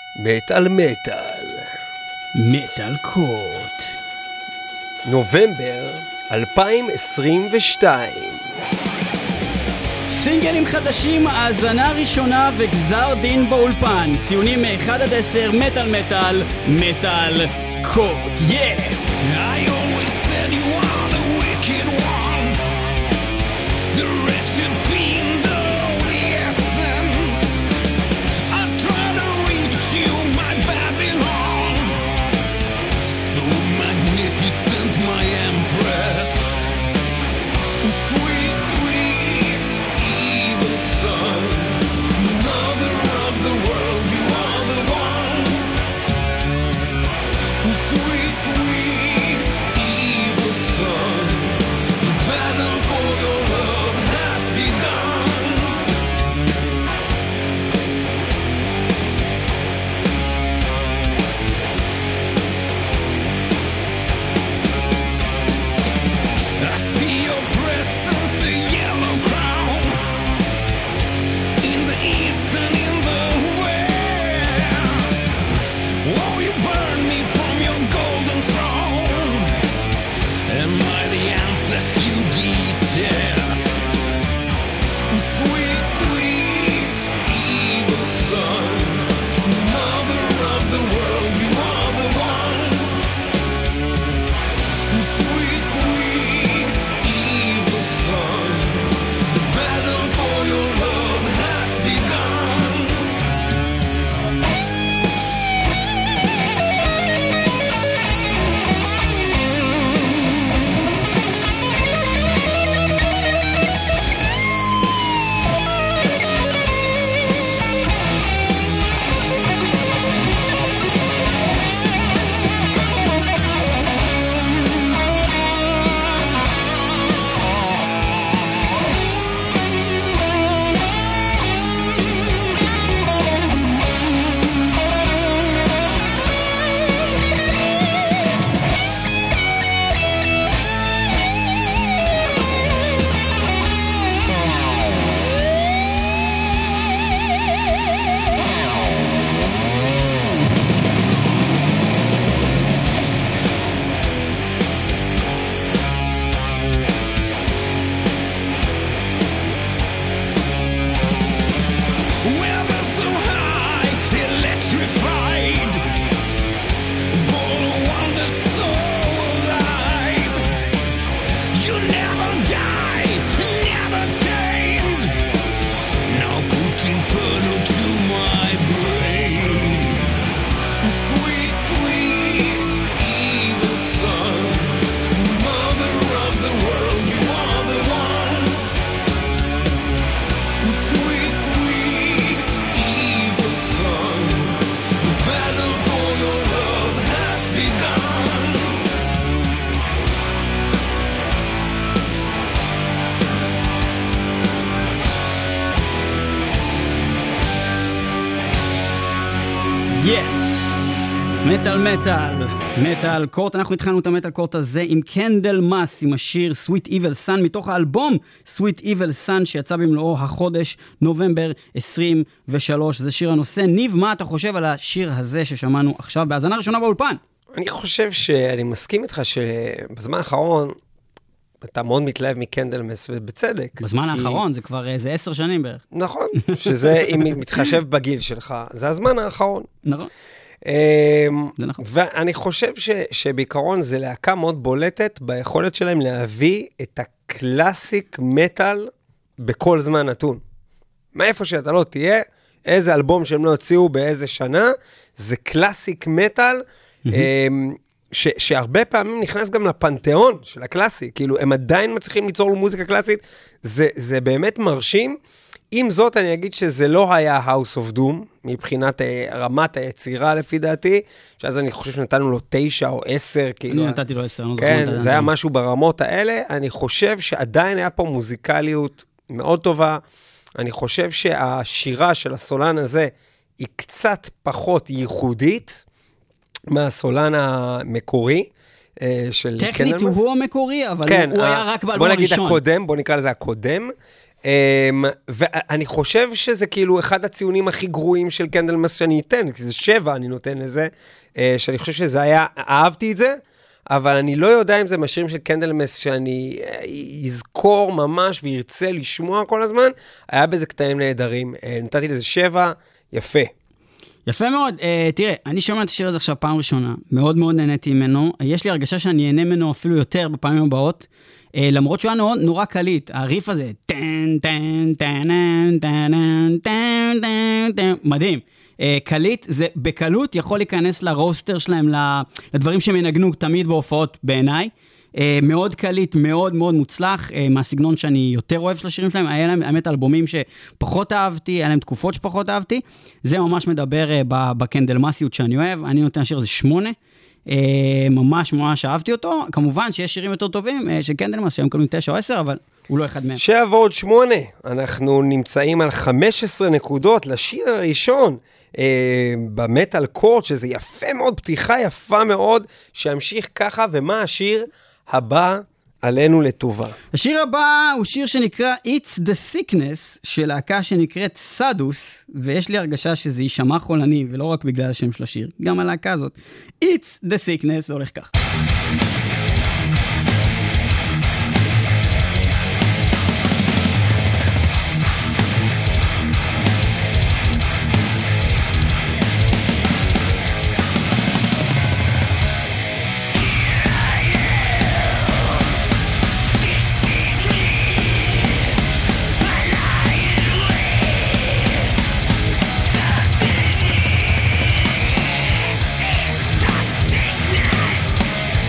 מטל מטל. מטל קורט. נובמבר 2022. סינגלים חדשים, האזנה ראשונה וגזר דין באולפן. ציונים מ-1 עד 10, מטל מטל, מטל קורט. I always said you are the wicked one, the wretched fiend of the essence. I try to reach you, my Babylon, so magnificent, my empress. Sweet, sweet, evil son, mother of the world, you are the one. Sweet, sweet, evil son, the battle for your love has begun. I see your presence, the yellow crown, in the east and in the west. Oh, you burn me from your golden throne. Am I the ant that you detest? Sweet, sweet, evil son, mother of the world, you are the one. Sweet, sweet, evil son, the battle for your love has begun. Weather so high, electrified, ball of wonder so alive. You never die, never tamed. Now put inferno to my brain. Sweet, sweet, evil son, mother of the world, you are the one. Sweet, sweet, evil son, the battle for your love has begun. יס! מטל מטל, מטל קורט. אנחנו התחלנו את המטל קורט הזה עם קנדל מאס, עם השיר Sweet Evil Sun, מתוך האלבום Sweet Evil Sun שיצא במלואו החודש נובמבר 23. זה שיר הנושא. ניב, מה אתה חושב על השיר הזה ששמענו עכשיו בהאזנה ראשונה באולפן? אני חושב שאני מסכים איתך שבזמן האחרון אתה מאוד מתלהב מקנדלמס, ובצדק. בזמן האחרון, זה כבר איזה 10 שנים בערך. נכון, שזה אם מתחשב בגיל שלך, זה הזמן האחרון. נכון. זה נכון. ואני חושב שבעיקרון זה להקה מאוד בולטת ביכולת שלהם להביא את הקלאסיק מטל בכל זמן נתון. מאיפה שאתה לא תהיה, איזה אלבום שהם לא הוציאו באיזה שנה, זה קלאסיק מטל, שהרבה פעמים נכנס גם לפנתיאון של הקלאסי, כאילו הם עדיין מצליחים ליצור לו מוזיקה קלאסית, זה באמת מרשים. עם זאת אני אגיד שזה לא היה House of Doom, מבחינת רמת היצירה לפי דעתי, שאז אני חושב שנתנו לו 9 או 10, כאילו. אני נתתי לו 10, אני לא זוכר. כן, זה היה משהו ברמות האלה, אני חושב שעדיין היה פה מוזיקליות מאוד טובה, אני חושב שהשירה של הסולן הזה, היא קצת פחות ייחודית, מהסולן המקורי, של טכנית הוא המקורי, אבל כן, הוא היה רק באלבום בוא נגיד הראשון. הקודם, בוא נקרא לזה הקודם, ואני חושב שזה כאילו אחד הציונים הכי גרועים של קנדלמס שאני אתן, כי זה 7 אני נותן לזה, שאני חושב שזה היה, אהבתי את זה, אבל אני לא יודע אם זה מהשירים של קנדלמס שאני אזכור ממש וירצה לשמוע כל הזמן, היה בזה קטעים נהדרים, נתתי לזה 7, יפה. יפה מאוד. תראה, אני שומע את השיר הזה עכשיו פעם ראשונה, מאוד מאוד נהניתי ממנו, יש לי הרגשה שאני אהנה ממנו אפילו יותר בפעמים הבאות, למרות שהוא היה נורא קליט, הריף הזה, מדהים. קליט, זה בקלות יכול להיכנס לרוסטר שלהם, לדברים שהם ינגנו תמיד בהופעות בעיניי, מאוד קליט, מאוד מאוד מוצלח, מהסגנון שאני יותר אוהב של השירים שלהם, היה להם האמת אלבומים שפחות אהבתי, היה להם תקופות שפחות אהבתי, זה ממש מדבר בקנדלמסיות שאני אוהב, אני נותן השיר הזה 8, ממש ממש אהבתי אותו, כמובן שיש שירים יותר טובים של קנדלמס, שהם קוראים 9 או 10, אבל הוא לא אחד מהם. 7 ועוד 8, אנחנו נמצאים על 15 נקודות לשיר הראשון, במטל קורט, שזה יפה מאוד, פתיחה יפה מאוד, שהמשיך ככה, ומה השיר הבא עלינו לטובה? השיר הבא הוא שיר שנקרא It's the Sickness, של להקה שנקראת סדוס, ויש לי הרגשה שזה יישמע חולני, ולא רק בגלל השם של השיר, גם הלהקה הזאת. It's the Sickness, זה הולך כך. Sickness.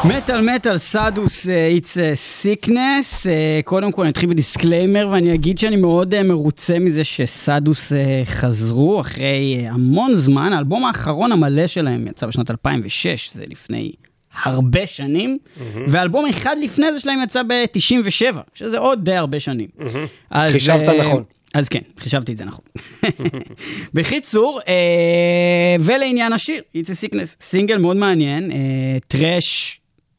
מטל, סאדוס, it's a sickness. קודם כל נתחיל בדיסקליימר, ואני אגיד שאני מאוד מרוצה מזה שסאדוס חזרו אחרי המון זמן. האלבום האחרון המלא שלהם יצא בשנת 2006, זה לפני הרבה שנים, ואלבום אחד לפני זה שלהם יצא ב-97, שזה עוד די הרבה שנים. חישבת נכון. אז כן, חישבתי את זה נכון. בחיצור, ולעניין השיר, It's a Sickness, סינגל מאוד מעניין, טרש,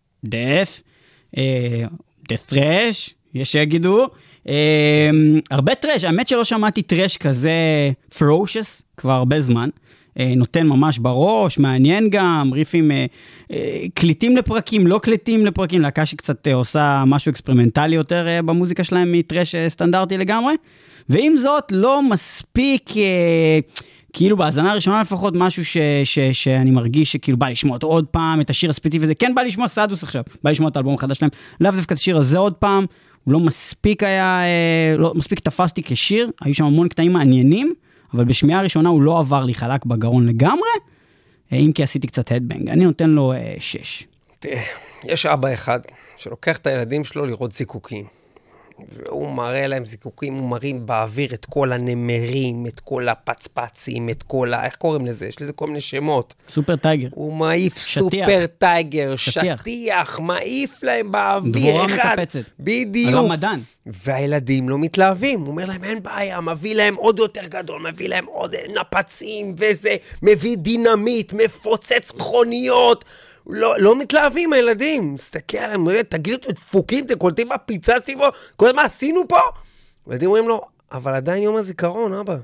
death trash, יש שיגידו, הרבה טרש, האמת שלא שמעתי טרש כזה ferocious, כבר הרבה זמן, נותן ממש בראש, מעניין גם, ריפים קליטים לפרקים, לא קליטים לפרקים, להקה שקצת עושה משהו אקספרימנטלי יותר במוזיקה שלהם מטרש סטנדרטי לגמרי, ועם זאת לא מספיק, כאילו בהזנה הראשונה לפחות משהו שאני מרגיש שכאילו בא לשמוע אותו עוד פעם, את השיר הספציפי הזה, כן בא לשמוע סאדוס עכשיו, בא לשמוע את האלבום החדש שלהם, לאו דווקא את השיר הזה עוד פעם, הוא לא מספיק היה, לא מספיק תפסתי כשיר, היו שם המון קטעים מעניינים, אבל בשמיעה הראשונה הוא לא עבר לי חלק בגרון לגמרי, אם כי עשיתי קצת הדבנג, אני נותן לו 6. יש אבא אחד שלוקח את הילדים שלו לראות זיקוקים, והוא מראה להם זיקוקים, הוא מרים באוויר את כל הנמרים, את כל הפצפצים, את כל איך קוראים לזה? יש לזה כל מיני שמות. סופר טייגר. הוא מעיף סופר טייגר, שטיח, מעיף להם באוויר. דבורה מקפצת. בדיוק. הרמדאן. והילדים לא מתלהבים, הוא אומר להם אין בעיה, מביא להם עוד יותר גדול, מביא להם עוד נפצים, וזה מביא דינמיט, מפוצץ מכוניות, לא מתלהבים הילדים, מסתכל עליהם, תגידו, אתם דפוקים, אתם קולטים מה פיצצתי פה, כל מה עשינו פה? וילדים אומרים לו, אבל עדיין יום הזיכרון, אבא.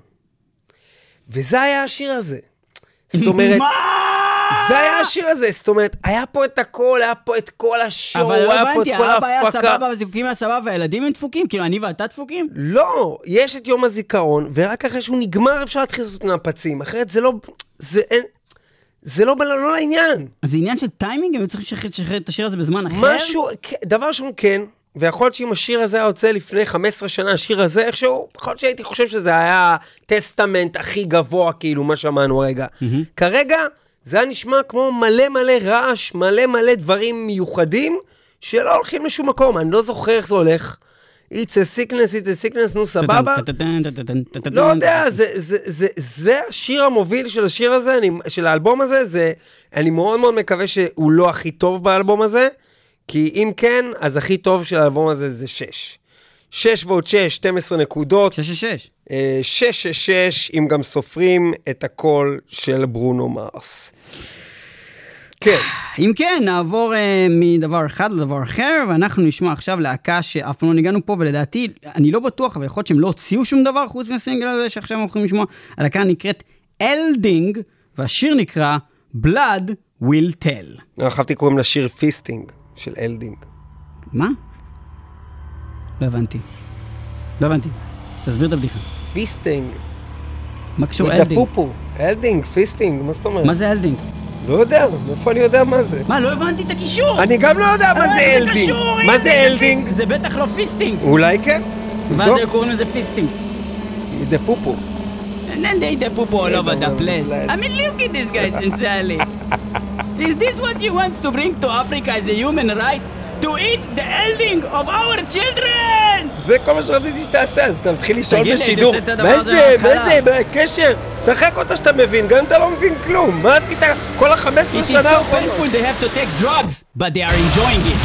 וזה היה השיר הזה. זאת אומרת, זה היה השיר הזה, זאת אומרת, היה פה את הכל, היה פה את כל השואו, היה פה את כל ההפקה. אבל לא הבנתי, האבא היה סבבה, הזיקוקים היה סבבה, והילדים הם דפוקים, כאילו אני ואתה דפוקים? לא, יש את יום הזיכרון, ורק אחרי שהוא נגמר אפשר להתחיל לעשות נפצים, אחרת זה לא, זה לא לעניין. אז זה עניין של טיימינג, הם צריכים לשחרר את השיר הזה בזמן אחר? משהו, דבר שהוא כן, ויכול להיות שאם השיר הזה היה יוצא לפני 15 שנה, השיר הזה איכשהו, יכול להיות שהייתי חושב שזה היה טסטמנט הכי גבוה, כאילו, מה שמענו רגע. כרגע, זה היה נשמע כמו מלא רעש, מלא דברים מיוחדים, שלא הולכים לשום מקום, אני לא זוכר איך זה הולך. It's a sickness, נו סבבה. לא יודע, זה השיר המוביל של השיר הזה, של האלבום הזה, אני מאוד מאוד מקווה שהוא לא הכי טוב באלבום הזה, כי אם כן, אז הכי טוב של האלבום הזה זה 6. 6 ועוד 6, 12 נקודות. 6, אם גם סופרים את הקול של ברונו מרס. כן. אם כן, נעבור מדבר אחד לדבר אחר, ואנחנו נשמע עכשיו להקה שאף פעם לא ניגענו פה, ולדעתי, אני לא בטוח, אבל יכול להיות שהם לא הוציאו שום דבר חוץ מהסינגל הזה, שעכשיו אנחנו יכולים לשמוע. הלהקה נקראת אלדינג, והשיר נקרא Blood Will Tell. חשבתי קוראים לשיר פיסטינג של אלדינג. מה? לא הבנתי. תסביר את הבדיחה. פיסטינג. מה קשור אלדינג? פופו. אלדינג, פיסטינג, מה זאת אומרת? מה זה אלדינג? לא יודע, מאיפה אני יודע מה זה? מה, לא הבנתי את הקישור. אני גם לא יודע מה זה אלדינג. מה זה אלדינג? זה בטח לא פיסטינג. אולי כן? ואז קוראים לזה פיסטינג. דה פופו. And then they poop all over the place. I mean, look at this guy, sincerely. Is this what you want to bring to Africa as a human right? To eat the elding of our children! זה כל מה שרציתי שתעשה, אז אתה מתחיל לשאול בשידור. מה זה, בקשר? צחק אותה שאתה מבין, גם אתה לא מבין כלום. מה עשית כל ה-15 שנה? It is so painful they have to take drugs, but they are enjoying it.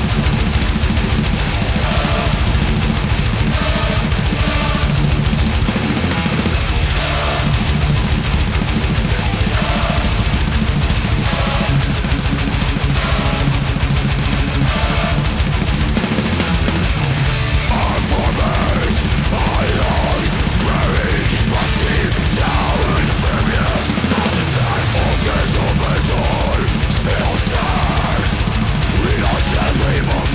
Label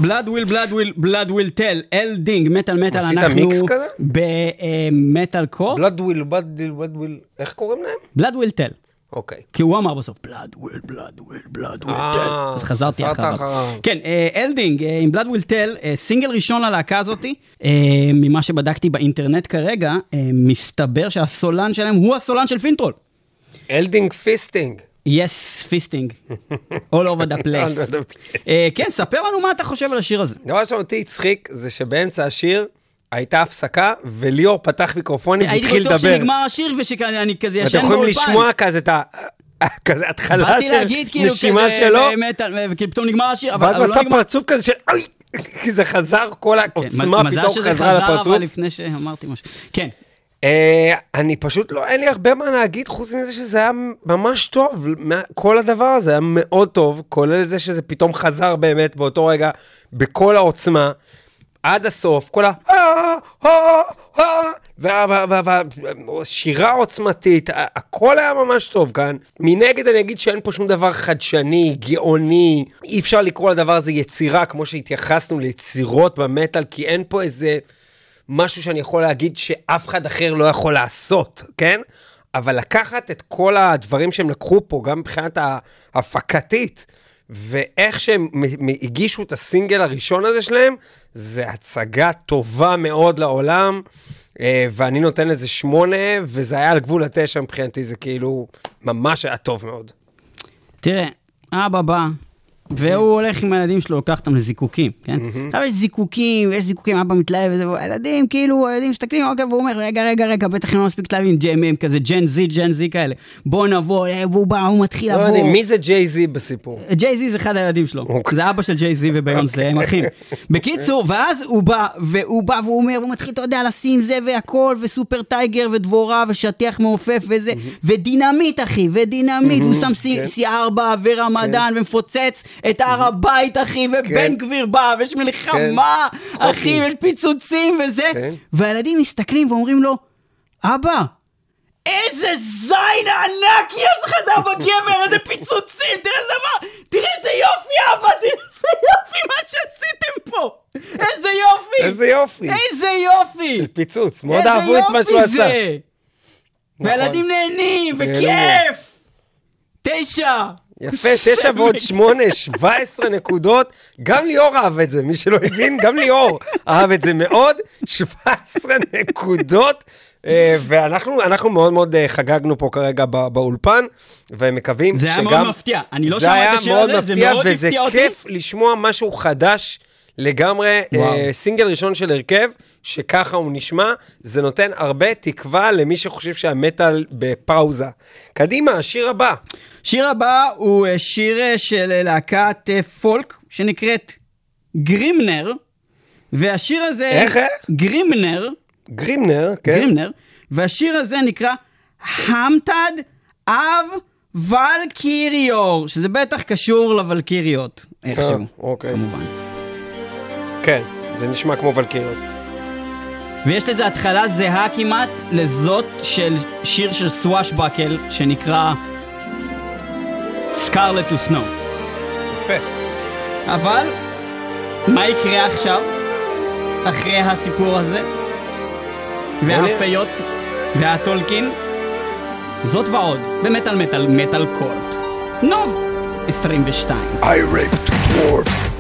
Blood will tell, אלדינג, מטל, עשית אנחנו מיקס כזה? במטל קור. Blood will, איך קוראים להם? Blood will tell. אוקיי. כי הוא אמר בסוף, blood will tell. אז חזרתי אחריו. כן, אלדינג, עם blood will tell, סינגל ראשון ללהקה הזאת, ממה שבדקתי באינטרנט כרגע, מסתבר שהסולן שלהם הוא הסולן של פינטרול. אלדינג פיסטינג. Yes, fisting. All over the place. כן, ספר לנו מה אתה חושב על השיר הזה. דבר שאותי הצחיק זה שבאמצע השיר הייתה הפסקה, וליאור פתח מיקרופונים והתחיל לדבר. הייתי בטוח שנגמר השיר ושאני כזה ישן ואתם יכולים לשמוע כזה את כזה התחלה של נשימה שלו. וכאילו פתאום נגמר השיר. ואז הוא עשה פרצוף כזה של אוי, כי זה חזר, כל העוצמה פתאום חזרה לפרצוף. מזל שזה חזר אבל לפני שאמרתי משהו. כן. אני פשוט לא, אין לי הרבה מה להגיד, חוץ מזה שזה היה ממש טוב, כל הדבר הזה היה מאוד טוב, כולל זה שזה פתאום חזר באמת באותו רגע, בכל העוצמה, עד הסוף, כל והשירה עוצמתית, הכל היה ממש טוב כאן. מנגד אני אגיד שאין פה שום דבר חדשני, גאוני, אי אפשר לקרוא לדבר הזה יצירה, כמו שהתייחסנו ליצירות במטל, כי אין פה איזה משהו שאני יכול להגיד שאף אחד אחר לא יכול לעשות, כן? אבל לקחת את כל הדברים שהם לקחו פה, גם מבחינת ההפקתית, ואיך שהם הגישו את הסינגל הראשון הזה שלהם, זה הצגה טובה מאוד לעולם, ואני נותן לזה 8, וזה היה על גבול 9 מבחינתי, זה כאילו ממש היה טוב מאוד. תראה, אבא בא, והוא הולך עם הילדים שלו, לוקח אותם לזיקוקים, כן? עכשיו יש זיקוקים, אבא מתלהב וזה, הילדים כאילו, הילדים מסתכלים, והוא אומר, רגע, בטח לא מספיק מתלהבים, כזה ג'ן זי כאלה, בוא נבוא, והוא בא, הוא מתחיל לבוא. לא יודע, מי זה ג'יי זי בסיפור? ג'יי זי זה אחד הילדים שלו, זה אבא של ג'יי זי וביונסה, הם אחים. בקיצור, ואז הוא בא, והוא אומר, הוא מתחיל, אתה יודע, לשים זה והכל, וסופר טייגר ודבורה, ושטיח מעופף וזה, ודינמיט, אחי, הוא שם C4 ורמדאן, ומפוצץ את הר הבית, אחי, ובן גביר בא, ויש מלחמה, אחי, ויש פיצוצים וזה, והילדים מסתכלים ואומרים לו, אבא, איזה זין ענק יש לך, זה אבא גבר, איזה פיצוצים, תראה איזה יופי, אבא, תראה איזה יופי מה שעשיתם פה, איזה יופי, של פיצוץ, מאוד אהבו את מה שהוא עשה. והילדים נהנים, וכיף, 9, יפה, 9 ועוד 8, 17 נקודות, גם ליאור אהב את זה, מי שלא הבין, גם ליאור אהב את זה מאוד, 17 נקודות, ואנחנו מאוד מאוד חגגנו פה כרגע באולפן, ומקווים שגם... זה היה מאוד מפתיע, אני לא שמע את השיר הזה, זה מאוד הפתיע אותי. וזה כיף לשמוע משהו חדש לגמרי, סינגל ראשון של הרכב, שככה הוא נשמע, זה נותן הרבה תקווה למי שחושב שהמטל בפאוזה. קדימה, השיר הבא. שיר הבא הוא שיר של להקת פולק, שנקראת גרימנר, והשיר הזה... איך? גרימנר, כן. גרימנר, והשיר הזה נקרא המתד אב ולקיריור, שזה בטח קשור לוולקיריות, איכשהו, כמובן. כן, זה נשמע כמו ולקיריות. ויש לזה התחלה זהה כמעט לזאת של שיר של סוואשבקל, שנקרא Scarlet to Snow. יפה. אבל, מה יקרה עכשיו? אחרי הסיפור הזה? והאפיות והטולקין? זאת ועוד, במטל קורט. נוב, 22. I raped dwarfs.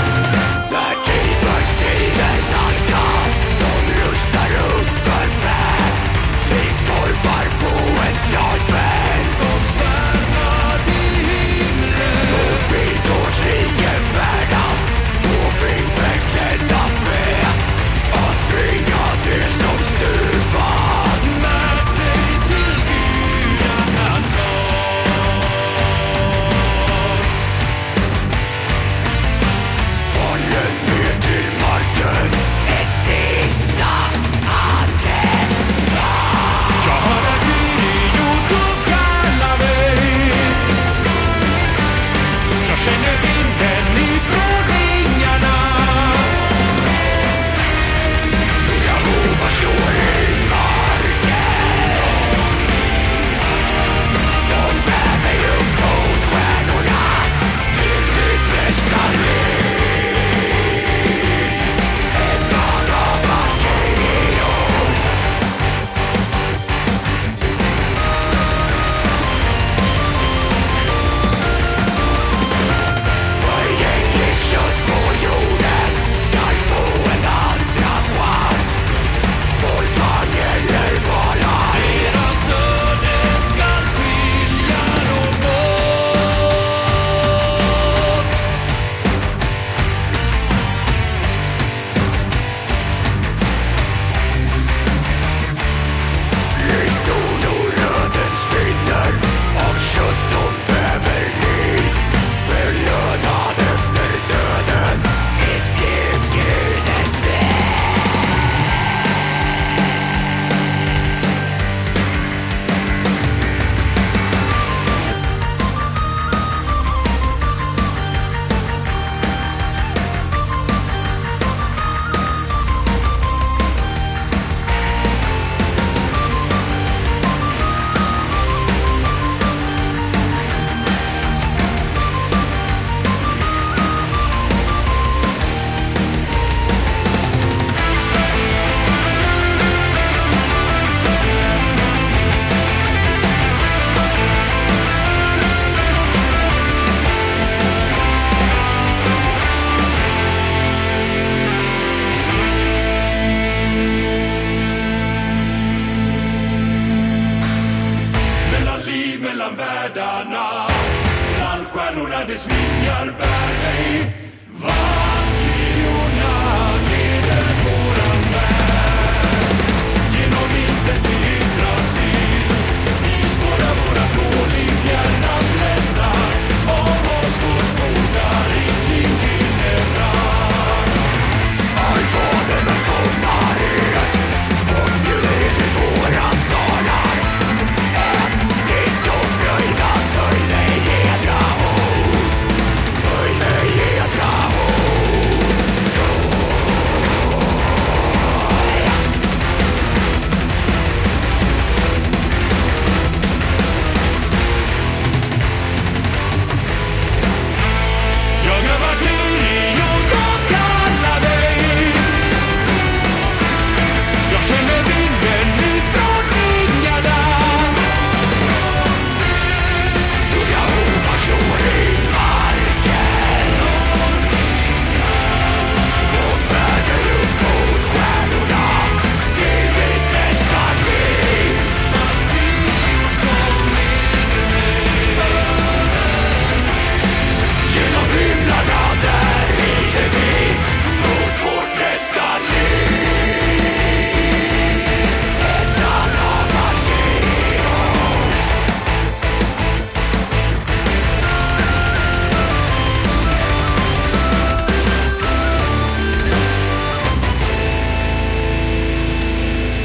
Don't lose the root, goodbye.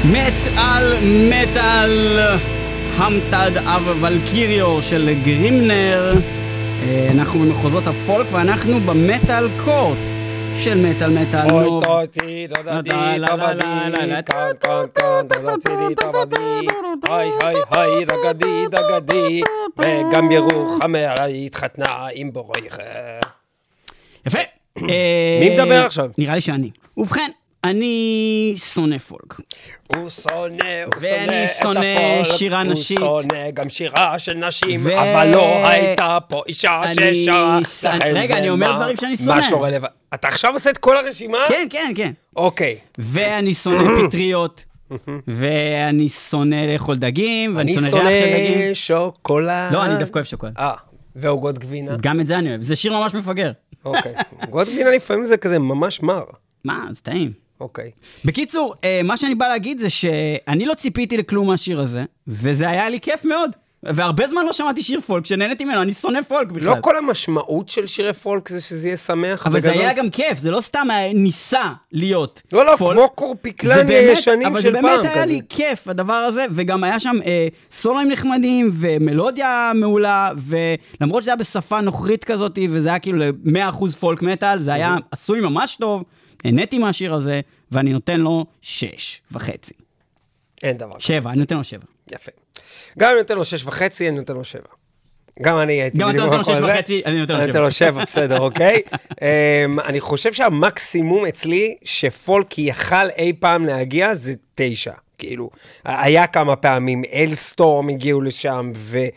מטל המתד אב ולקיריו של גרימנר. אנחנו במחוזות הפולק ואנחנו במטל קורט של מטל נוב. אוי דודדי דבדי כאן דודדי דבדי היי דגדי וגם ירוחם התחתנה עם בורייך. יפה. מי מדבר עכשיו? נראה לי שאני. ובכן, אני שונא פולק. הוא שונא ואני את שונא הפולק, שירה נשית. הוא שונא גם שירה של נשים, אבל לא הייתה פה אישה ששרה. רגע, אני אומר דברים שאני שונא. ממש לא רלוונטי. אתה עכשיו עושה את כל הרשימה? כן. אוקיי. ואני שונא פטריות, ואני שונא לאכול דגים, ואני שונא ריח של דגים. אני שונא שוקולד. לא, אני דווקא אוהב שוקולד. ועוגות גבינה. גם את זה אני אוהב. זה שיר ממש מפגר. אוקיי. עוגות גבינה לפעמים זה כזה ממש מר. מה? זה טעים. אוקיי. בקיצור, מה שאני בא להגיד זה שאני לא ציפיתי לכלום מהשיר הזה, וזה היה לי כיף מאוד. והרבה זמן לא שמעתי שיר פולק, שנהנתי ממנו, אני שונא פולק בכלל. לא כל המשמעות של שירי פולק זה שזה יהיה שמח אבל וגדול. זה היה גם כיף, זה לא סתם ניסה להיות לא, פולק. כמו קורפיקלן ישנים של פעם. אבל זה באמת היה לי כיף, הדבר הזה, וגם היה שם סולואים נחמדים, ומלודיה מעולה, ולמרות שזה היה בשפה נוכרית כזאת, וזה היה כאילו ל-100% פולק מטל, זה היה עשוי ממש טוב, נהניתי מהשיר הזה, ואני נותן לו 6.5. אין דבר. 7, אני נותן לו 7. יפה. גם אני נותן לו 6.5, אני נותן לו 7. גם אני הייתי... גם אתה נותן לו 6.5, אני נותן לו 7. אני נותן לו 7, בסדר, אוקיי? אני חושב שהמקסימום אצלי, שפולק יכל אי פעם להגיע, זה 9. כאילו, היה כמה פעמים, אלסטורם הגיעו לשם,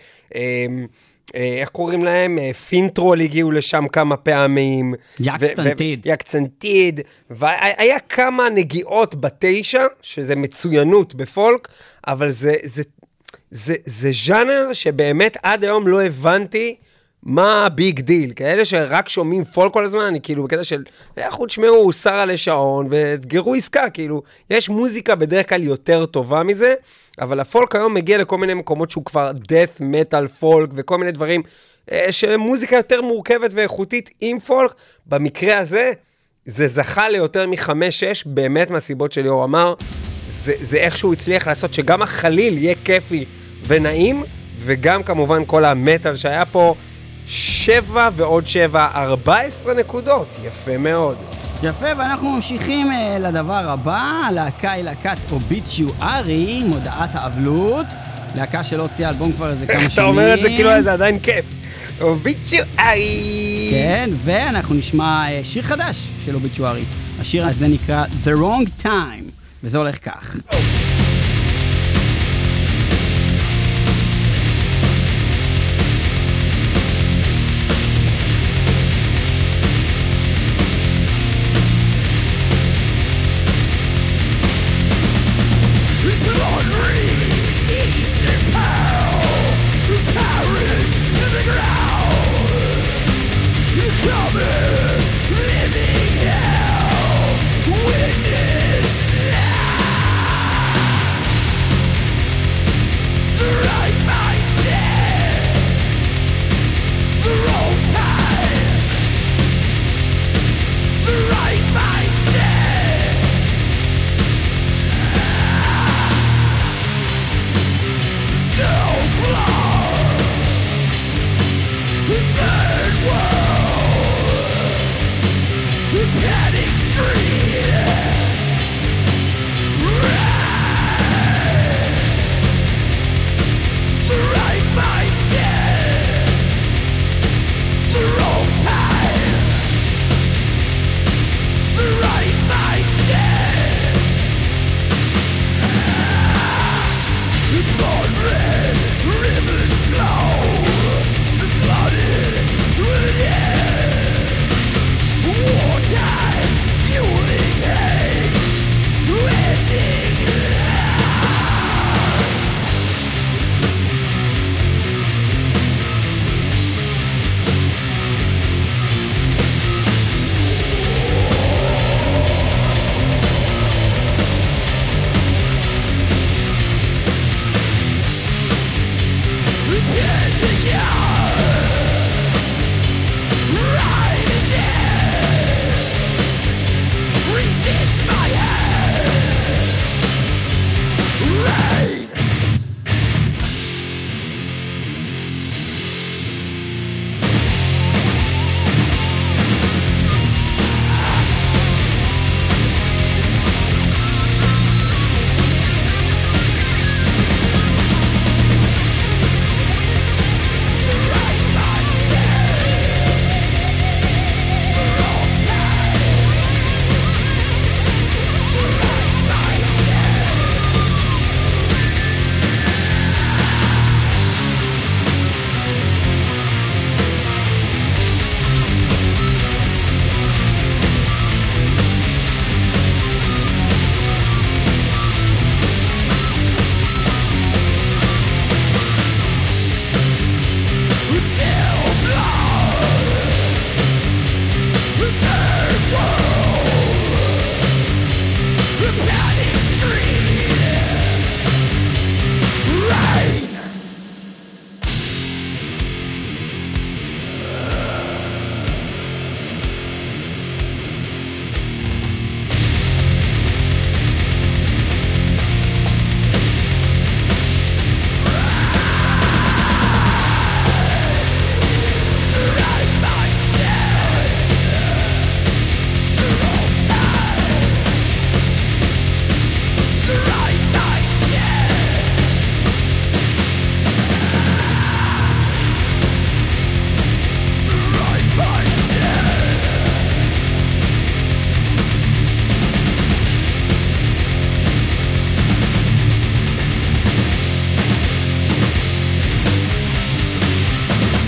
איך קוראים להם? פינטרול הגיעו לשם כמה פעמים. יקצנטיד. והיה כמה נגיעות ב9, שזה מצוינות בפולק, אבל זה ז'אנר שבאמת עד היום לא הבנתי מה הביג דיל. כאלה שרק שומעים פולק כל הזמן, אני כאילו בקטע של, חוץ שמעו, שרה לשעון, וסגרו עסקה, כאילו, יש מוזיקה בדרך כלל יותר טובה מזה, אבל הפולק היום מגיע לכל מיני מקומות שהוא כבר death metal פולק, וכל מיני דברים שמוזיקה יותר מורכבת ואיכותית עם פולק. במקרה הזה, זה זכה ליותר מ5-6, באמת מהסיבות שליאור אמר, זה איך שהוא הצליח לעשות שגם החליל יהיה כיפי ונעים, וגם כמובן כל המטל שהיה פה, 7 ועוד 7, 14 נקודות, יפה מאוד. יפה, ואנחנו ממשיכים לדבר הבא, הלהקה היא להקת אוביצ'וארי, מודעת האבלות, להקה שלא הוציאה אלבום כבר איזה כמה שנים. אתה אומר את זה כאילו זה עדיין כיף. אוביצ'וארי. כן, ואנחנו נשמע שיר חדש של אוביצ'וארי. השיר הזה נקרא The Wrong Time, וזה הולך כך. Wartime, fueling hell.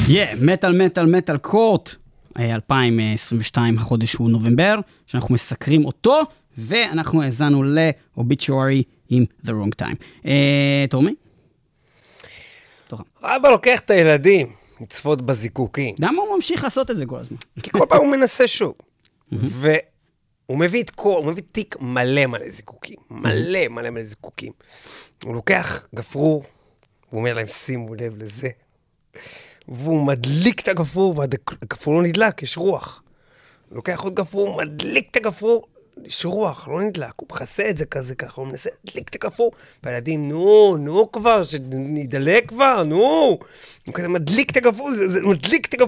מטל קורט, 2022, החודש הוא נובמבר, שאנחנו מסקרים אותו, ואנחנו האזנו ל-Obituary עם The Wrong Time. תורמי? אבא לוקח את הילדים, לצפות בזיקוקים. למה הוא ממשיך לעשות את זה כל הזמן? כי כל פעם הוא מנסה שוב. והוא מביא תיק מלא זיקוקים. מלא זיקוקים. הוא לוקח גפרור, הוא אומר להם, שימו לב לזה. והוא מדליק את הגפרור, והגפרור לא נדלק, יש רוח. הוא לוקח עוד גפרור, מדליק את הגפרור, יש רוח, לא נדלק. הוא מכסה את זה כזה ככה, הוא מנסה להדליק את הגפרור, והילדים, נו כבר, שנדלק כבר, נו. הוא כזה מדליק את הגפרור, מדליק את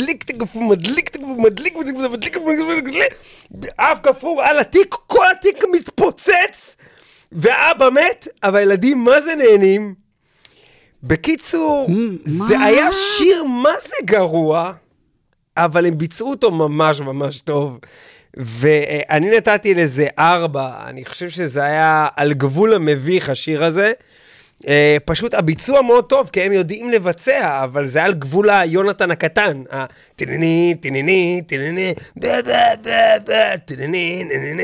הגפרור, אף גפרור על התיק, כל התיק מתפוצץ, ואבא מת, אבל הילדים מה זה נהנים? בקיצור, זה היה שיר מה זה גרוע, אבל הם ביצעו אותו ממש טוב. ואני נתתי לזה 4, אני חושב שזה היה על גבול המביך השיר הזה, פשוט הביצוע מאוד טוב, כי הם יודעים לבצע, אבל זה על גבול היונתן הקטן, תנני, תנני, תנני, תנני,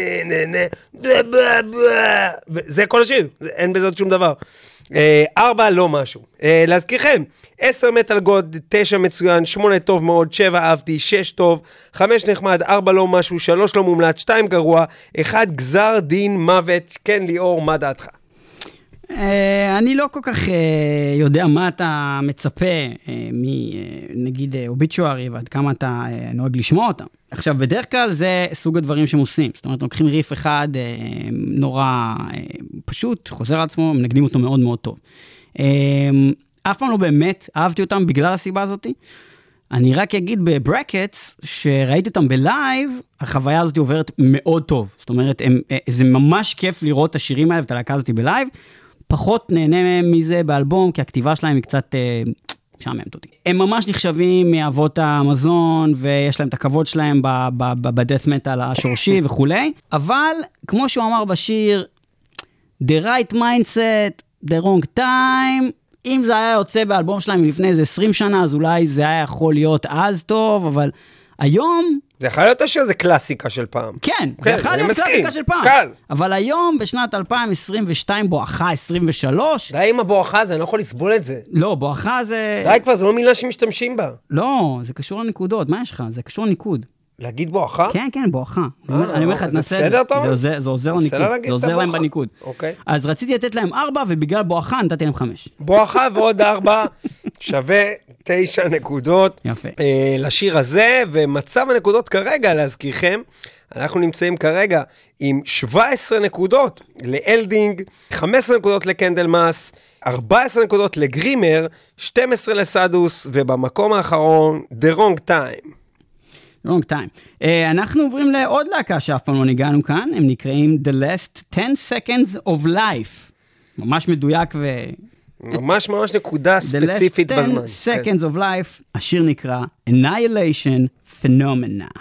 זה כל השיר, אין בזה עוד שום דבר. 4 לא משהו. להזכירכם, 10 מטל גוד, 9 מצוין, 8 טוב מאוד, 7 אהבתי, 6 טוב, 5 נחמד, 4 לא משהו, 3 לא מומלץ, 2 גרוע, 1 גזר דין מוות. כן, ליאור, מה דעתך? אני לא כל כך יודע מה אתה מצפה מנגיד אוביצ'וארי, ועד כמה אתה נוהג לשמוע אותם. עכשיו, בדרך כלל זה סוג הדברים שהם עושים. זאת אומרת, לוקחים ריף אחד נורא פשוט, חוזר על עצמו, מנגנים אותו מאוד מאוד טוב. אף פעם לא באמת אהבתי אותם בגלל הסיבה הזאת. אני רק אגיד בברקטס, שראיתי אותם בלייב, החוויה הזאת עוברת מאוד טוב. זאת אומרת, זה ממש כיף לראות את השירים האלה, ואת הלהקה הזאת בלייב. פחות נהנה מזה באלבום, כי הכתיבה שלהם היא קצת משעממת אותי. הם ממש נחשבים מאבות המזון, ויש להם את הכבוד שלהם בדאת' מטל השורשי וכו'. אבל, כמו שהוא אמר בשיר, the right mindset, the wrong time, אם זה היה יוצא באלבום שלהם לפני איזה 20 שנה, אז אולי זה היה יכול להיות אז טוב, אבל היום... זה יכול להיות שזה קלאסיקה של פעם. כן, זה יכול להיות קלאסיקה של פעם. קל. אבל היום, בשנת 2022, בואכה 23... די עם הבואכה הזה, אני לא יכול לסבול את זה. לא, בואכה זה... די כבר, זה לא מילה שמשתמשים בה. לא, זה קשור לנקודות. מה יש לך? זה קשור לניקוד. להגיד בואכה? כן, כן, בואכה. אני אומר לך, תנסה. זה בסדר, טוב? זה עוזר לניקוד. זה עוזר להם בניקוד. אוקיי. אז רציתי לתת להם 4, ובגלל בואכה נתתי להם 5. בואכה ועוד 4 שווה 9 נקודות. יפה. לשיר הזה, ומצב הנקודות כרגע, להזכירכם, אנחנו נמצאים כרגע עם 17 נקודות לאלדינג, 15 נקודות לקנדלמאס, 14 נקודות לגרימר, 12 לסדוס, ובמקום האחרון, The Wrong Time. Wrong time. אנחנו עוברים לעוד להקה שאף פעם לא ניגענו כאן, הם נקראים The Last 10 Seconds of Life. ממש מדויק ממש נקודה ספציפית בזמן. The Last 10 Seconds of Life, השיר נקרא Annihilation Phenomena.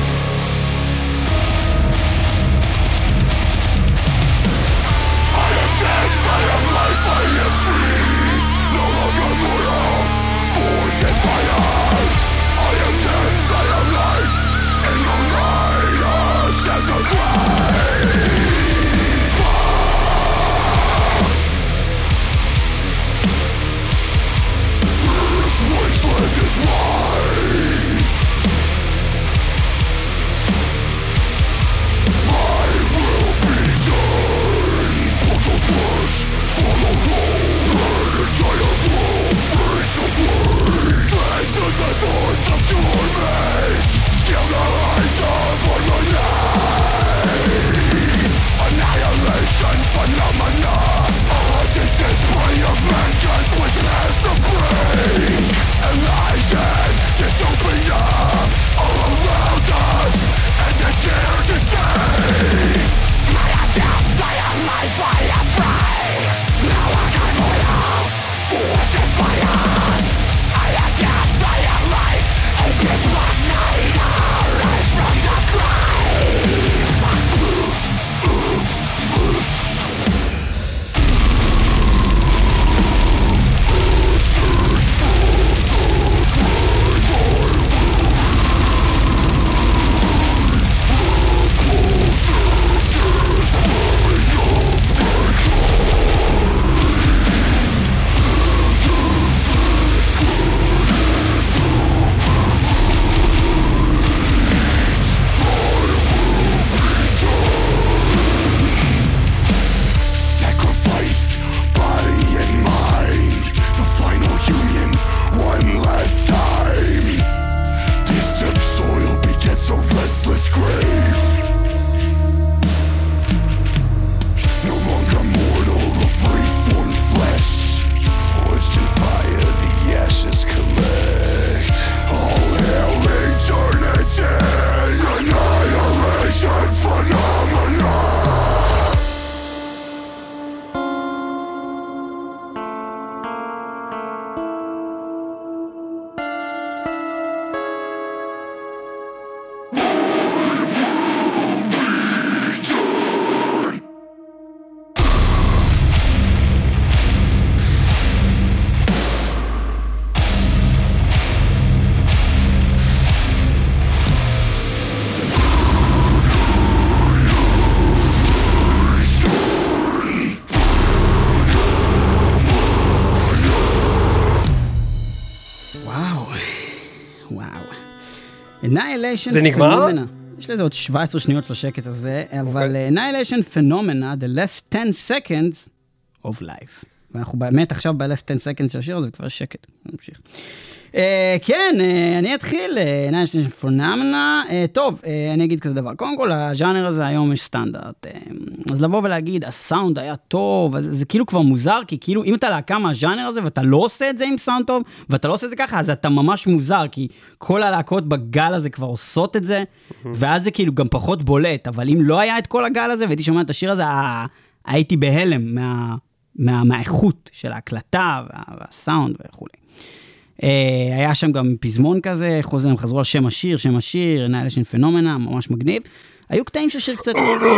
I am Annihilation זה נגמר? Phenomena. יש לזה עוד 17 שניות של השקט הזה, אבל Annihilation Phenomena, the last 10 seconds of life. ואנחנו באמת עכשיו ב-last 10 seconds של השיר הזה, כבר שקט. נמשיך. כן, אני אתחיל, Annihilation Phenomena. טוב, אני אגיד כזה דבר. קודם כל, הז'אנר הזה היום יש סטנדרט. אז לבוא ולהגיד, הסאונד היה טוב, זה כאילו כבר מוזר, כי כאילו, אם אתה להקה מהז'אנר הזה, ואתה לא עושה את זה עם סאונד טוב, ואתה לא עושה את זה ככה, אז אתה ממש מוזר, כי כל הלהקות בגל הזה כבר עושות את זה, ואז זה כאילו גם פחות בולט, אבל אם לא היה את כל הגל הזה, והייתי שומע את השיר הזה, הייתי בהלם מהאיכות של ההקלטה, והסאונד וכו'. היה שם גם פזמון כזה, הם חזרו על שם השיר, Annihilation Phenomena, ממש מגניב. היו קטעים של שיר קצת...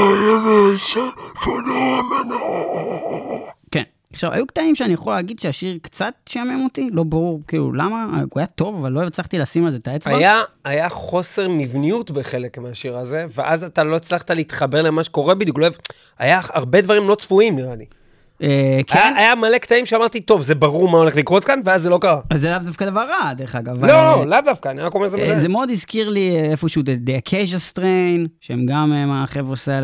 כן. עכשיו, היו קטעים שאני יכול להגיד שהשיר קצת שעמם אותי, לא ברור כאילו למה, הוא היה טוב, אבל לא הצלחתי לשים על זה את האצבע. היה חוסר מבניות בחלק מהשיר הזה, ואז אתה לא הצלחת להתחבר למה שקורה בדיוק, היה הרבה דברים לא צפויים נראה לי. כן. היה מלא קטעים שאמרתי, טוב, זה ברור מה הולך לקרות כאן, ואז זה לא קרה. אז זה לאו דווקא דבר רע, דרך אגב. לא, לאו דווקא, אני רק אומר זה מזה. זה מאוד הזכיר לי איפשהו, The Acacia Strain, שהם גם החבר'ה האלה,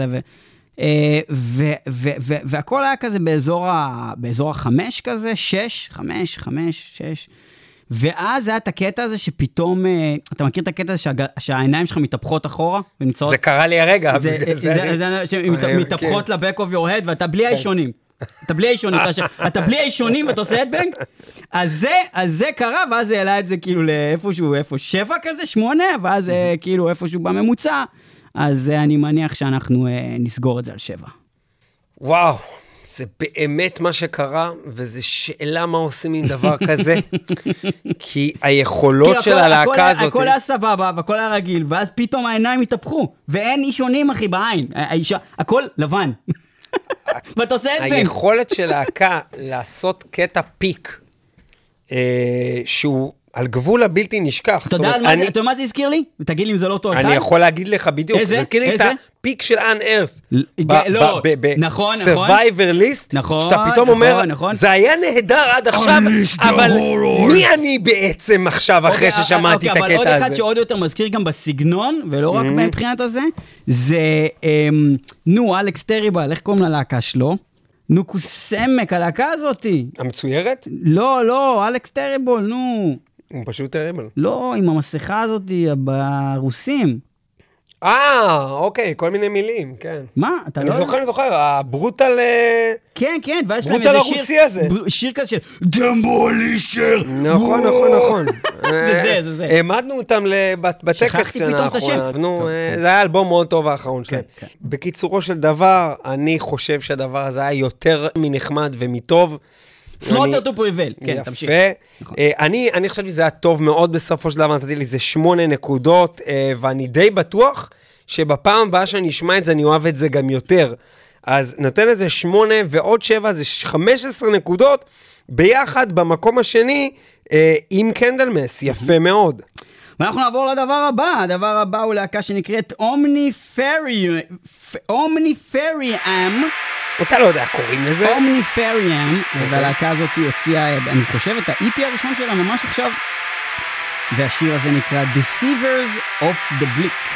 והכל היה כזה באזור ה-5 כזה, 6, 5, 6, ואז היה את הקטע הזה שפתאום, אתה מכיר את הקטע הזה שהעיניים שלך מתהפכות אחורה? זה קרה לי הרגע. מתהפכות ל-back of your head, ואתה בלי האישונים. אתה בלי האישונים ואתה עושה הדבנג? אז זה קרה, ואז זה העלה את זה כאילו לאיפשהו, 7 כזה, 8, ואז כאילו איפשהו בממוצע, אז אני מניח שאנחנו נסגור את זה על 7. וואו, זה באמת מה שקרה, וזו שאלה מה עושים עם דבר כזה, כי היכולות של הלהקה הזאת... הכל היה סבבה, והכל היה רגיל, ואז פתאום העיניים התהפכו, ואין אישונים אחי בעין, הכל לבן. ואתה עושה את זה. היכולת של להקה לעשות קטע פיק, שהוא על גבול הבלתי נשכח. אתה יודע מה זה הזכיר לי? ותגיד לי אם זה לא אותו אחד. אני יכול להגיד לך בדיוק. איזה? זה הזכיר לי את הפיק של Unearth. לא, נכון. ב-Survivor List, שאתה פתאום אומר, זה היה נהדר עד עכשיו, אבל מי אני בעצם עכשיו אחרי ששמעתי את הקטע הזה? אבל עוד אחד שעוד יותר מזכיר גם בסגנון, ולא רק מבחינת הזה, זה, אלכס טריבל, איך קוראים ללהקה שלו? קוסמק, הלהקה הזאת. המצוירת? לא, אלכס טריבל, הוא פשוט טריבל. לא, עם המסכה הזאת ברוסים. אוקיי, כל מיני מילים, כן. מה? אתה לא... אני זוכר, הברוטל... כן, ואז ברוטל הרוסי הזה. שיר כזה של דמולישר. נכון. זה. העמדנו אותם בטקס שנה האחרונה. זה היה אלבום מאוד טוב האחרון שלהם. בקיצורו של דבר, אני חושב שהדבר הזה היה יותר מנחמד ומטוב. Slaughter to Prevail, כן, תמשיך. אני חשבתי שזה היה טוב מאוד בסופו של דבר, נתתי לי זה 8 נקודות, ואני די בטוח שבפעם הבאה שאני אשמע את זה, אני אוהב את זה גם יותר. אז נותן את זה 8 ועוד 7, זה 15 נקודות, ביחד במקום השני, עם קנדלמס, יפה מאוד. ואנחנו נעבור לדבר הבא, הדבר הבא הוא להקה שנקראת Omniferium, אתה לא יודע, קוראים לזה? Omniferium, והלהקה הזאת הוציאה, אני חושב, את ה-EP הראשון שלה ממש עכשיו, והשיר הזה נקרא Deceivers of the Bleak.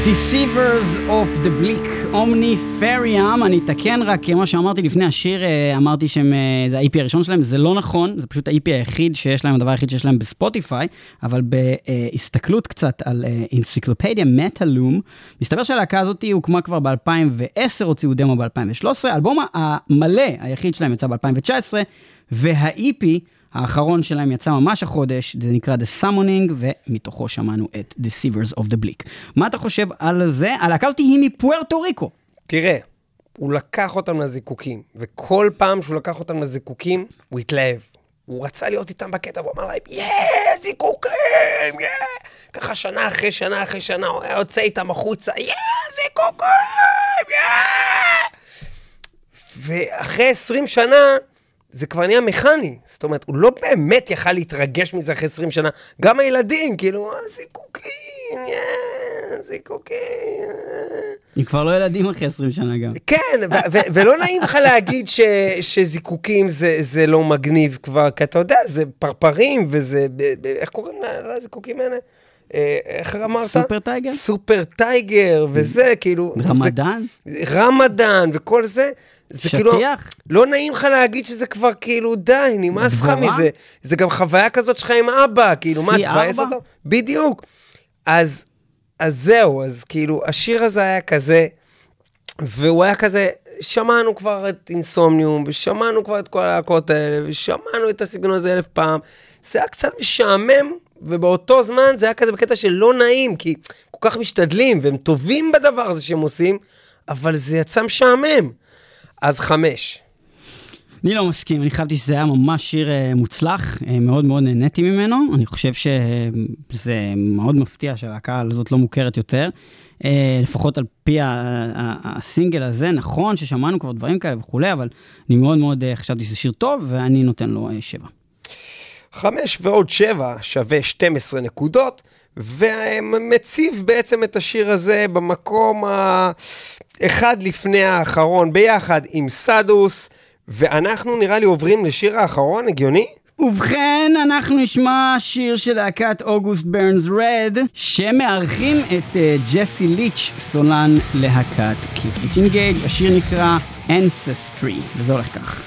Deceivers of the Bleak, Omniferium. אני אתקן רק, כמו שאמרתי לפני השיר, אמרתי שזה ה-EP הראשון שלהם, זה לא נכון, זה פשוט ה-EP היחיד שיש להם, הדבר היחיד שיש להם בספוטיפיי, אבל בהסתכלות קצת על אנציקלופדיה מטאלום, מסתבר שהלהקה הזאת הוקמה כבר ב-2010, הוציאו דמו ב-2013, האלבום המלא היחיד שלהם יצא ב-2019, וה-EP האחרון שלהם יצא ממש החודש, זה נקרא The Summoning, ומתוכו שמענו את Deceivers of the Bleak. מה אתה חושב על זה? הלהקה הזאת היא מפוארטו ריקו. תראה, הוא לקח אותם לזיקוקים, וכל פעם שהוא לקח אותם לזיקוקים, הוא התלהב. הוא רצה להיות איתם בקטע, הוא אמר להם, זיקוקים, ככה שנה אחרי שנה אחרי שנה, הוא היה יוצא איתם החוצה, זיקוקים, ואחרי 20 שנה, זה כבר נהיה מכני, זאת אומרת, הוא לא באמת יכל להתרגש מזה אחרי 20 שנה, גם הילדים, כאילו, זיקוקים, זיקוקים. הם כבר לא ילדים אחרי 20 שנה גם. כן, ולא נעים לך להגיד שזיקוקים זה לא מגניב כבר, כי אתה יודע, זה פרפרים, וזה, איך קוראים לזיקוקים האלה? איך אמרת? סופר טייגר? סופר טייגר, וזה כאילו... רמדאן? רמדאן, וכל זה. זה כאילו, שטיח? לא נעים לך להגיד שזה כבר כאילו די, נמאס לך מזה. זה גם חוויה כזאת שלך עם אבא, כאילו מה, תבאס אותו? בדיוק. אז זהו, אז כאילו, השיר הזה היה כזה, והוא היה כזה, שמענו כבר את אינסומניום, ושמענו כבר את כל הלהקות האלה, ושמענו את הסגנון הזה 1000 פעם. זה היה קצת משעמם, ובאותו זמן זה היה כזה בקטע של לא נעים, כי כל כך משתדלים, והם טובים בדבר הזה שהם עושים, אבל זה יצא משעמם. אז 5. אני לא מסכים, אני חשבתי שזה היה ממש שיר מוצלח, מאוד מאוד נהניתי ממנו, אני חושב שזה מאוד מפתיע שהלהקה הזאת לא מוכרת יותר, לפחות על פי הסינגל הזה, נכון ששמענו כבר דברים כאלה וכולי, אבל אני מאוד מאוד חשבתי שזה שיר טוב, ואני נותן לו 7. 5 ועוד 7 שווה 12 נקודות, ומציב בעצם את השיר הזה במקום אחד לפני האחרון, ביחד עם סדוס, ואנחנו נראה לי עוברים לשיר האחרון, הגיוני? ובכן, אנחנו נשמע שיר של להקת אוגוסט ברנס רד, שמארחים את ג'סי ליץ', סולן להקת קיסליץ' אינגייג'. השיר נקרא Ancestry, וזה הולך כך.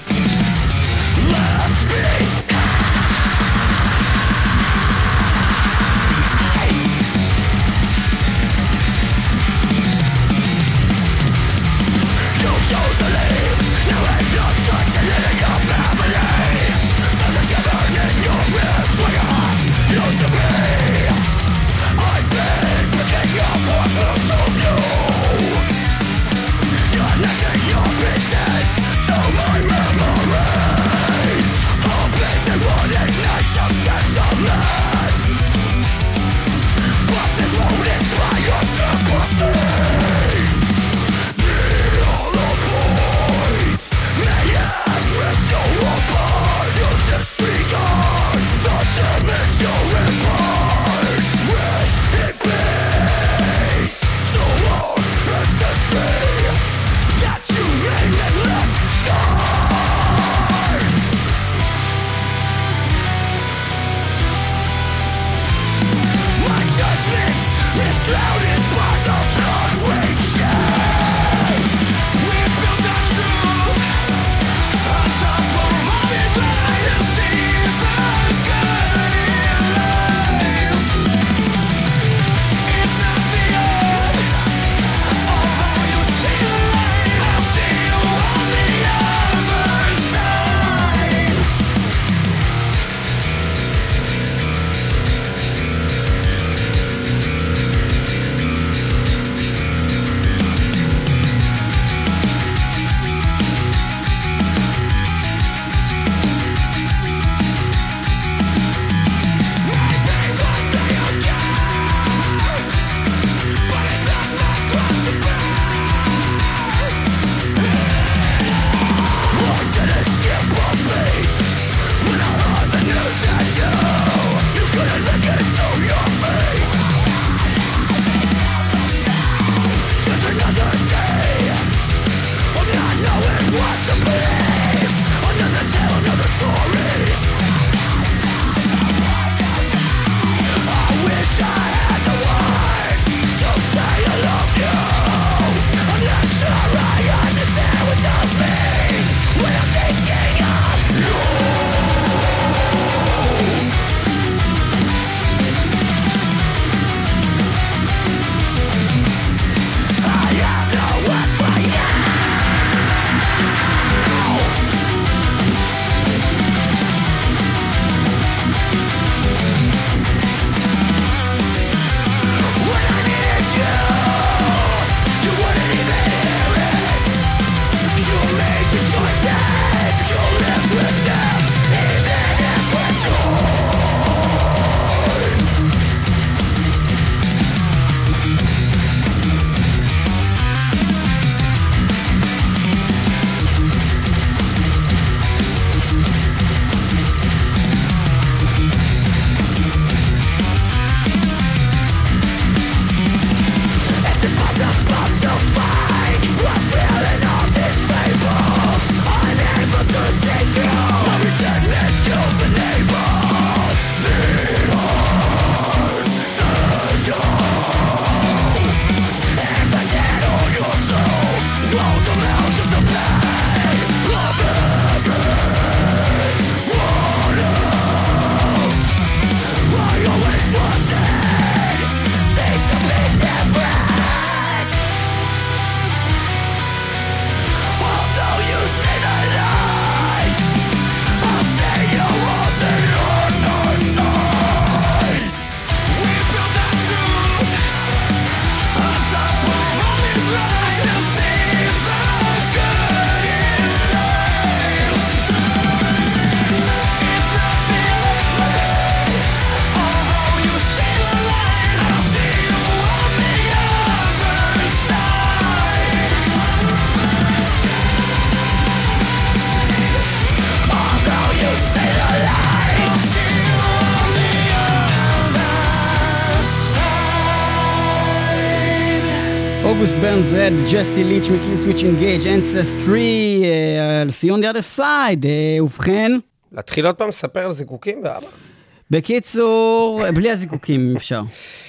אוגוסט ברנס רד, ג'סי ליץ' מקיל סוויץ' אינגייג' אנססטרי, סיון די אדר סייד. ובכן, להתחיל עוד פעם לספר על זיקוקים ואבא? בקיצור, בלי הזיקוקים אפשר.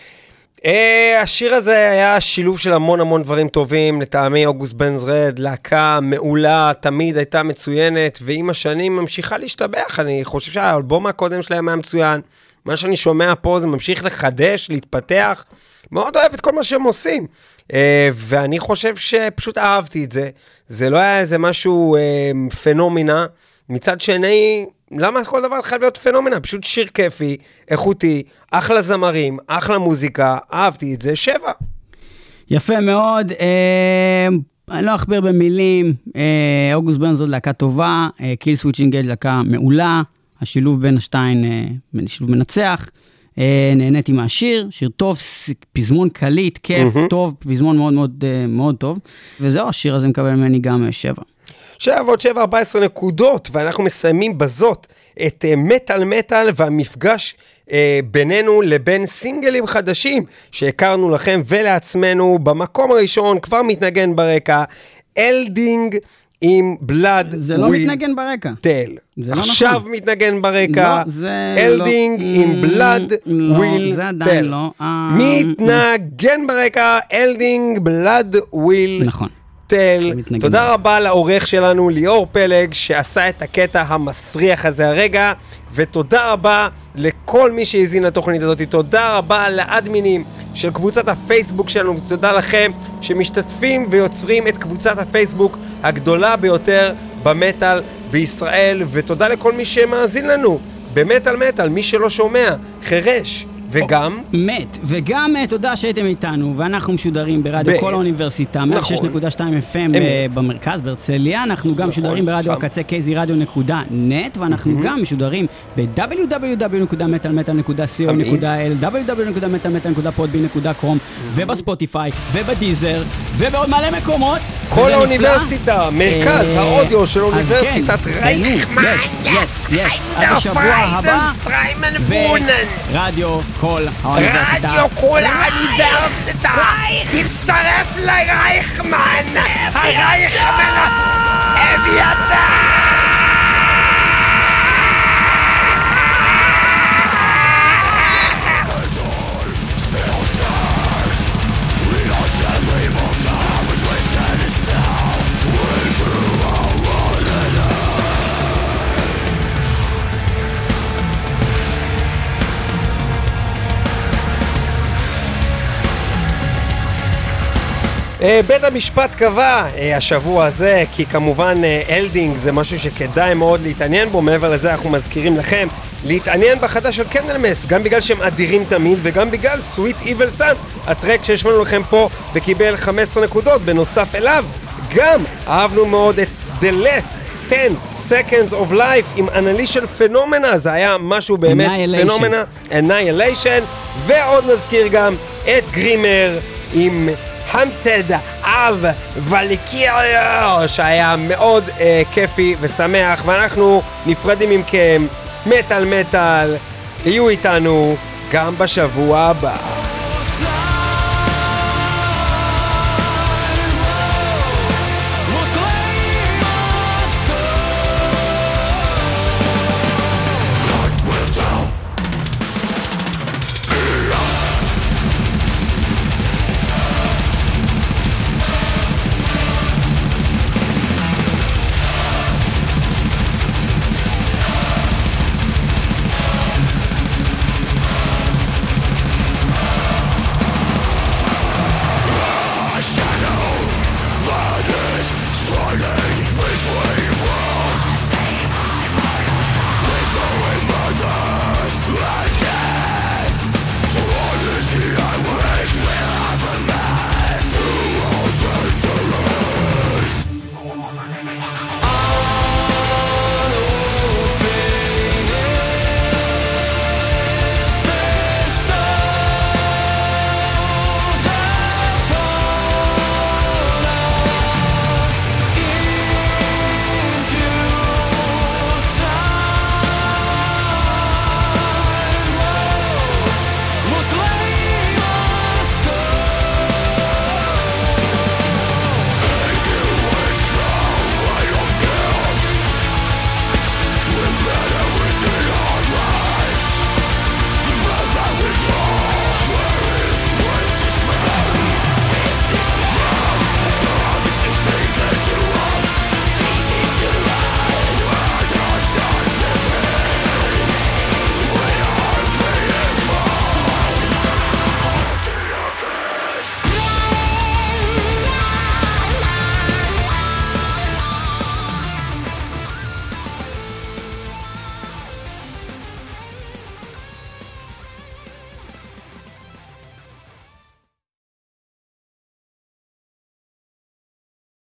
השיר הזה היה שילוב של המון דברים טובים, לטעמי אוגוסט ברנס רד, להקה מעולה, תמיד הייתה מצוינת, ועם השנים ממשיכה להשתבח. אני חושב שהאלבום הקודם שלהם היה מצוין, מה שאני שומע פה זה ממשיך לחדש, להתפתח, מאוד אוהב את כל מה שהם עושים, ואני חושב שפשוט אהבתי את זה, זה לא היה איזה משהו פנומינה, מצד שני, למה כל דבר חייב להיות פנומנה? פשוט שיר כיפי, איכותי, אחלה זמרים, אחלה מוזיקה, אהבתי את זה, 7. יפה מאוד, אני לא אכביר במילים, אוגוסט ברנס זאת להקה טובה, קיל סוויץ' אינגייג' להקה מעולה, השילוב בין השתיים, שילוב מנצח, נהניתי מהשיר, שיר טוב, פזמון קליט, כיף, טוב, פזמון מאוד טוב, וזהו, השיר הזה מקבל ממני גם 7. 7 14 נקודות, ואנחנו מסיימים בזאת את מטל והמפגש בינינו לבין סינגלים חדשים שהכרנו לכם ולעצמנו. במקום הראשון כבר מתנגן ברקע, אלדינג עם בלאד וויל. זה לא מתנגן ברקע. תל. עכשיו נכון. מתנגן ברקע, לא, זה אלדינג עם בלאד וויל זה עדיין לא. מתנגן ברקע, אלדינג בלאד וויל. נכון. תודה רבה לעורך שלנו ליאור פלג שעשה את הקטע המסריח הזה הרגע, ותודה רבה לכל מי שהזין לתוכנית הזאת, תודה רבה לאדמינים של קבוצת הפייסבוק שלנו, ותודה לכם שמשתתפים ויוצרים את קבוצת הפייסבוק הגדולה ביותר במטל בישראל, ותודה לכל מי שמאזין לנו במטל, מי שלא שומע, חרש וגם וגם תודה שהייתם איתנו, ואנחנו משודרים ברדיו כל האוניברסיטה 106.2 FM במרכז בהרצליה, אנחנו גם משודרים ברדיו הקצה kzradio.net, ואנחנו גם משודרים ב-www.metalmetal.co.il, www.metalmetal.podbean.com, ובספוטיפיי ובדיזר ובעוד מלא מקומות. כל האוניברסיטה, מרכז האודיו של אוניברסיטת רייכמן, עד השבוע הבא ברדיו כל האוניברסיטה. רדיו כל האוניברסיטה הצטרף לרייכמן, הרייכמן אביתר. בית המשפט קבע השבוע הזה, כי כמובן אלדינג זה משהו שכדאי מאוד להתעניין בו. מעבר לזה אנחנו מזכירים לכם להתעניין בחדש של קנדלמס, גם בגלל שהם אדירים תמיד וגם בגלל סוויט איבל סאן, הטרק שהשמענו לכם פה וקיבל 15 נקודות. בנוסף אליו גם אהבנו מאוד את The Last 10 Seconds of Life עם אנלישן פנומנה, זה היה משהו באמת פנומנה, Annihilation. ועוד נזכיר גם את גרימר עם Hunted of Valkyrie, שהיה מאוד כיפי ושמח, ואנחנו נפרדים מכם. מטל, יהיו איתנו גם בשבוע הבא.